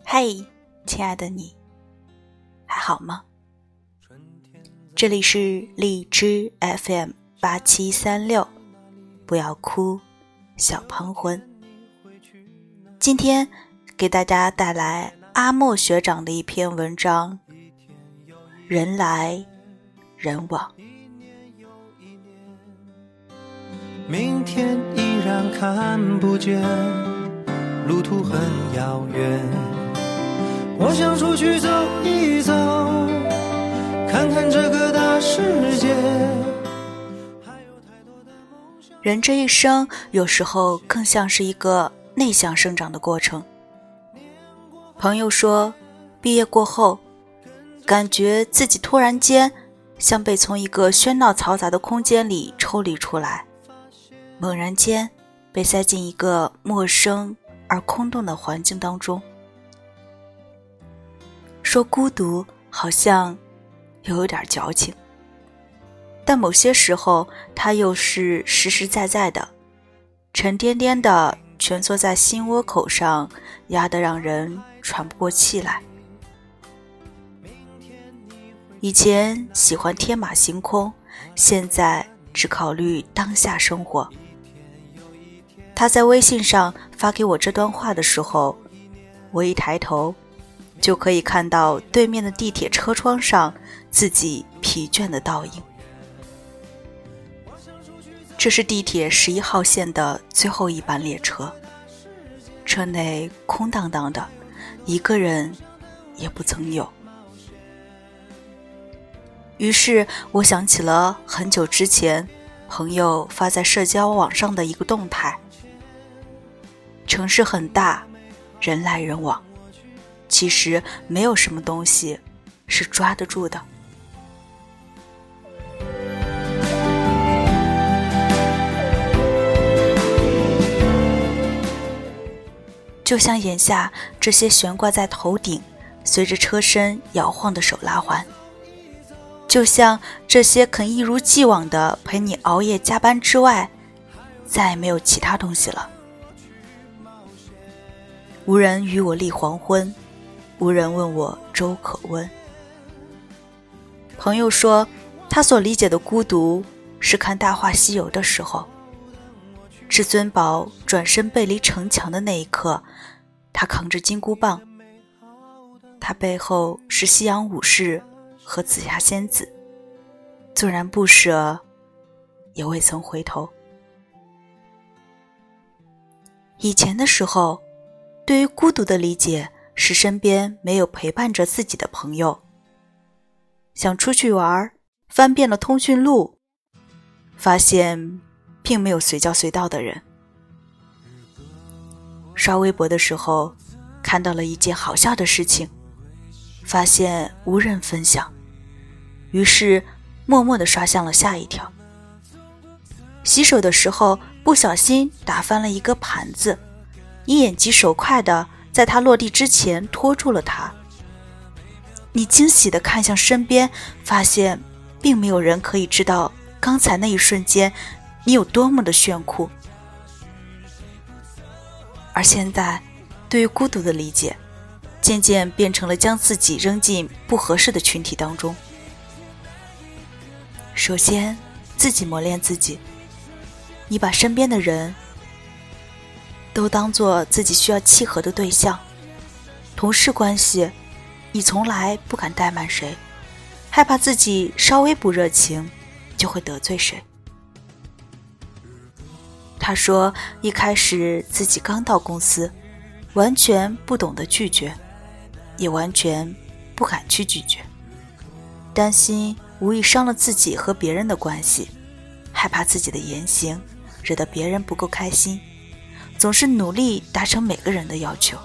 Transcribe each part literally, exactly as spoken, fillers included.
嘿，亲爱的你，还好吗？这里是荔枝 F M 八七三六，不要哭，小胖魂。今天给大家带来阿莫学长的一篇文章，人来人往。 明天依然看不见，路途很遥远，我想出去走一走，看看这个大世界。 人这一生有时候更像是一个内向生长的过程。朋友说，毕业过后感觉自己突然间像被从一个喧闹嘈杂的空间里抽离出来，猛然间被塞进一个陌生而空洞的环境当中。说孤独好像又有点矫情，但某些时候它又是实实在在的，沉甸甸的蜷缩在心窝口上，压得让人喘不过气来。以前喜欢天马行空，现在只考虑当下生活。他在微信上发给我这段话的时候，我一抬头就可以看到对面的地铁车窗上自己疲倦的倒影。这是地铁十一号线的最后一班列车，车内空荡荡的，一个人也不曾有。于是我想起了很久之前朋友发在社交网上的一个动态：城市很大，人来人往，其实没有什么东西是抓得住的。就像眼下这些悬挂在头顶，随着车身摇晃的手拉环，就像这些肯一如既往的陪你熬夜加班之外，再也没有其他东西了。无人与我立黄昏，无人问我粥可温。朋友说，他所理解的孤独是看《大话西游》的时候，至尊宝转身背离城墙的那一刻，他扛着金箍棒，他背后是西洋武士和紫霞仙子，纵然不舍，也未曾回头。以前的时候，对于孤独的理解是身边没有陪伴着自己的朋友。想出去玩，翻遍了通讯录，发现并没有随叫随到的人。刷微博的时候，看到了一件好笑的事情，发现无人分享，于是默默地刷向了下一条。洗手的时候不小心打翻了一个盘子，你眼疾手快地在它落地之前拖住了它。你惊喜地看向身边，发现并没有人可以知道刚才那一瞬间你有多么的炫酷。而现在对于孤独的理解，渐渐变成了将自己扔进不合适的群体当中。首先自己磨练自己，你把身边的人都当作自己需要契合的对象。同事关系，你从来不敢怠慢谁，害怕自己稍微不热情就会得罪谁。他说，一开始自己刚到公司，完全不懂得拒绝，也完全不敢去拒绝，担心无意伤了自己和别人的关系，害怕自己的言行惹得别人不够开心，总是努力达成每个人的要求。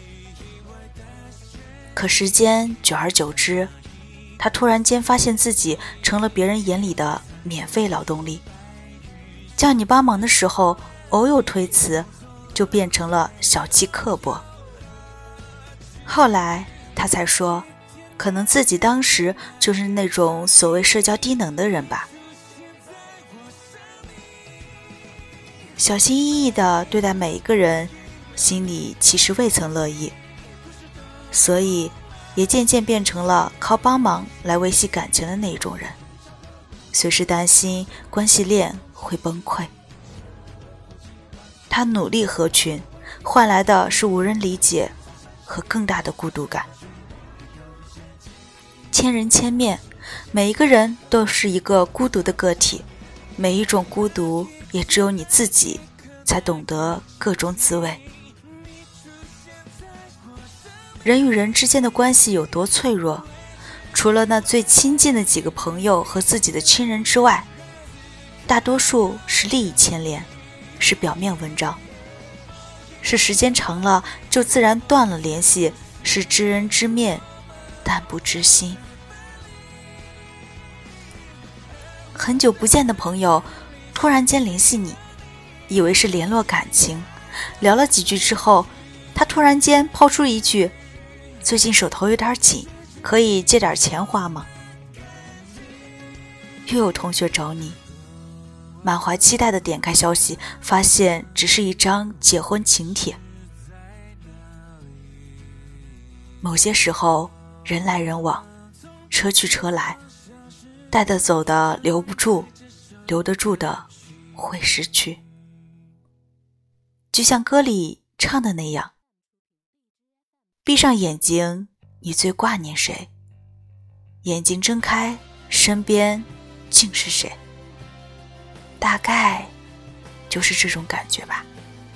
可时间久而久之，他突然间发现自己成了别人眼里的免费劳动力，叫你帮忙的时候偶有推辞，就变成了小气刻薄。后来他才说，可能自己当时就是那种所谓社交低能的人吧。小心翼翼地对待每一个人，心里其实未曾乐意。 所以也渐渐变成了靠帮忙来维系感情的那种人，随时担心关系链会崩溃。他努力合群，换来的是无人理解和更大的孤独感。千人千面，每一个人都是一个孤独的个体，每一种孤独也只有你自己才懂得各种滋味。人与人之间的关系有多脆弱，除了那最亲近的几个朋友和自己的亲人之外，大多数是利益牵连，是表面文章，是时间长了就自然断了联系，是知人知面但不知心。很久不见的朋友突然间联系你，以为是联络感情，聊了几句之后，他突然间抛出一句，最近手头有点紧，可以借点钱花吗？又有同学找你，满怀期待的点开消息，发现只是一张结婚请帖。某些时候人来人往，车去车来，带得走的留不住，留得住的会失去。就像歌里唱的那样，闭上眼睛，你最挂念谁？眼睛睁开，身边竟是谁？大概就是这种感觉吧。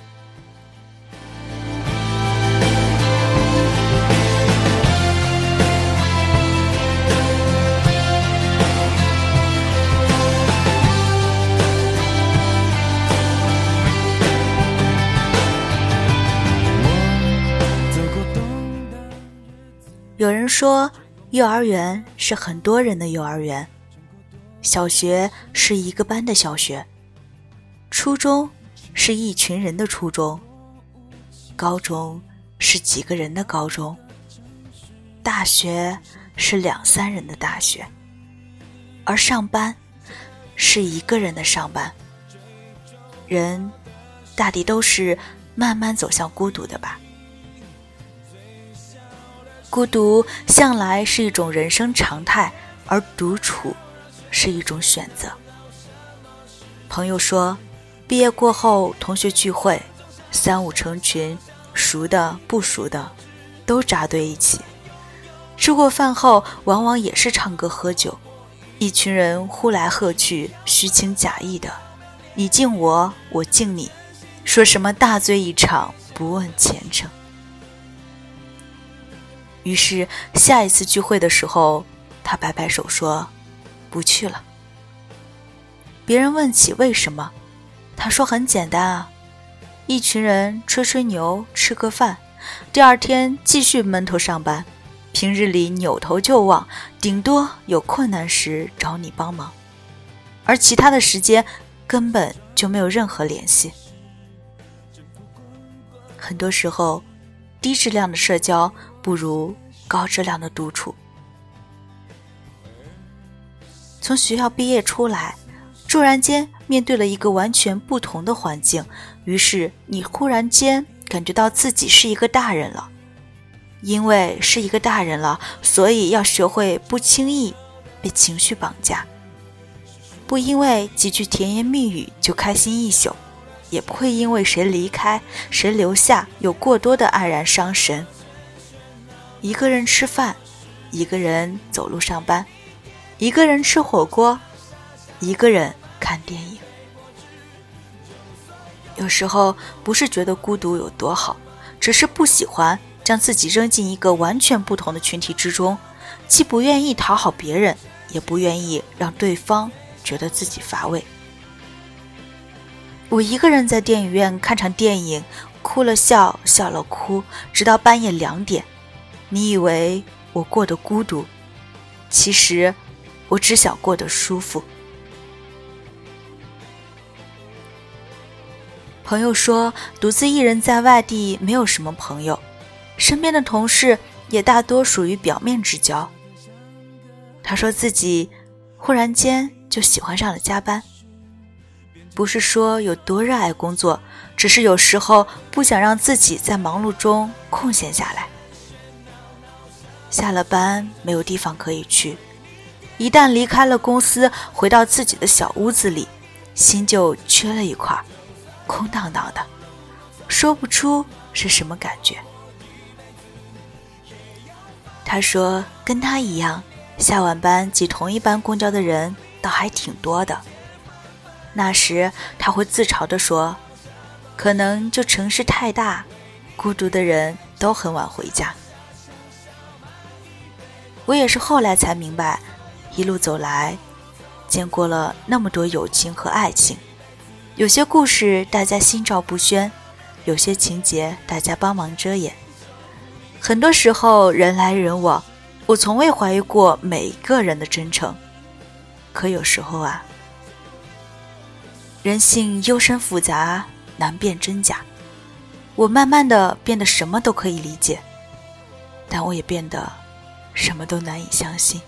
有人说，幼儿园是很多人的幼儿园，小学是一个班的小学，初中是一群人的初中，高中是几个人的高中，大学是两三人的大学，而上班是一个人的上班。人大抵都是慢慢走向孤独的吧。孤独向来是一种人生常态，而独处是一种选择。朋友说，毕业过后同学聚会，三五成群，熟的不熟的都扎堆一起。吃过饭后往往也是唱歌喝酒，一群人呼来喝去，虚情假意的，你敬我，我敬你，说什么大醉一场，不问前程。于是下一次聚会的时候，他摆摆手说不去了。别人问起为什么，他说很简单啊，一群人吹吹牛，吃个饭，第二天继续闷头上班，平日里扭头就忘，顶多有困难时找你帮忙，而其他的时间根本就没有任何联系。很多时候，低质量的社交不如高质量的独处。从学校毕业出来，突然间面对了一个完全不同的环境，于是你忽然间感觉到自己是一个大人了。因为是一个大人了，所以要学会不轻易被情绪绑架，不因为几句甜言蜜语就开心一宿，也不会因为谁离开谁留下有过多的黯然伤神。一个人吃饭，一个人走路上班，一个人吃火锅，一个人看电影。有时候不是觉得孤独有多好，只是不喜欢将自己扔进一个完全不同的群体之中，既不愿意讨好别人，也不愿意让对方觉得自己乏味。我一个人在电影院看场电影，哭了笑，笑了哭，直到半夜两点。你以为我过得孤独，其实我只想过得舒服。朋友说，独自一人在外地没有什么朋友，身边的同事也大多属于表面之交。他说自己忽然间就喜欢上了加班，不是说有多热爱工作，只是有时候不想让自己在忙碌中空闲下来。 下了班没有地方可以去，一旦离开了公司，回到自己的小屋子里，心就缺了一块，空荡荡的，说不出是什么感觉。他说跟他一样，下晚班挤同一班公交的人倒还挺多的。那时他会自嘲地说，可能就城市太大，孤独的人都很晚回家。我也是后来才明白，一路走来，见过了那么多友情和爱情，有些故事大家心照不宣，有些情节大家帮忙遮掩。很多时候人来人往，我从未怀疑过每一个人的真诚。可有时候啊，人性幽深复杂，难辨真假。我慢慢的变得什么都可以理解，但我也变得什么都难以相信。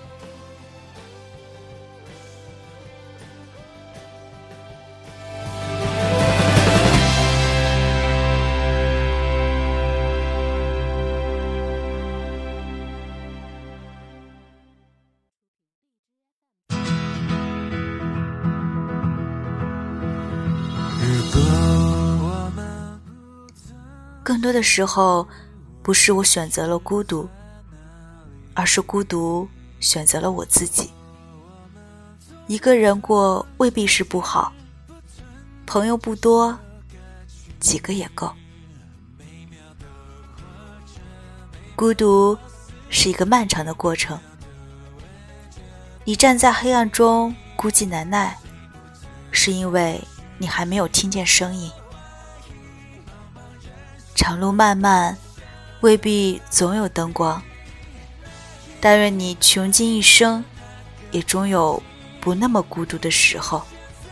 更多的时候，不是我选择了孤独，而是孤独选择了我自己。一个人过未必是不好，朋友不多，几个也够。孤独是一个漫长的过程，你站在黑暗中孤寂难耐，是因为你还没有听见声音。长路漫漫，未必总有灯光，但愿你穷尽一生，也终有不那么孤独的时候。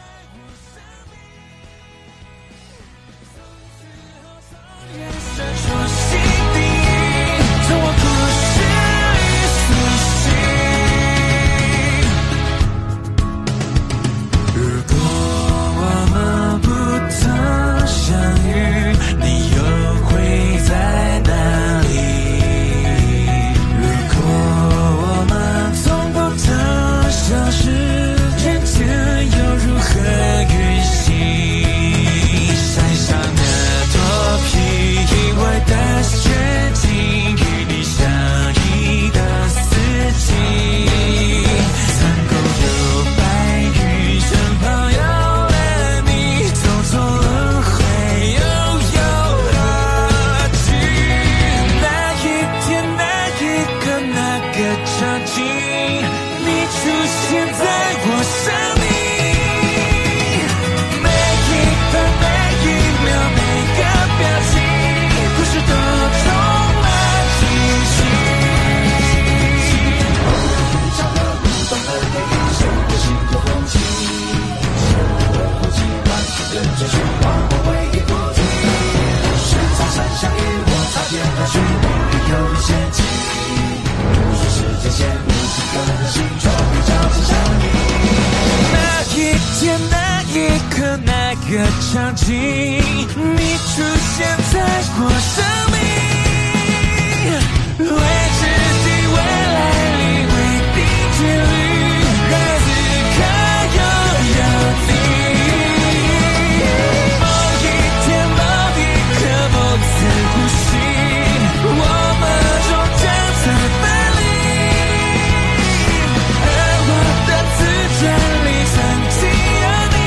那个场景，你出现在我生命，未知的未来里，未定距离，而此刻又有你。某一天，某一刻，某次呼吸，我们终将再分离，而我的自传里曾经有你。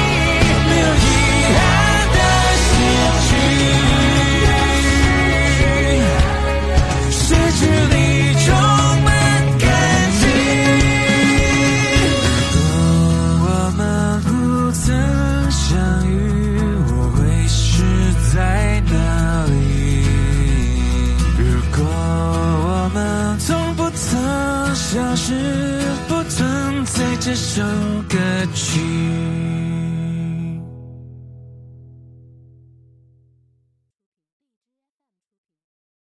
消失不存在这首歌曲。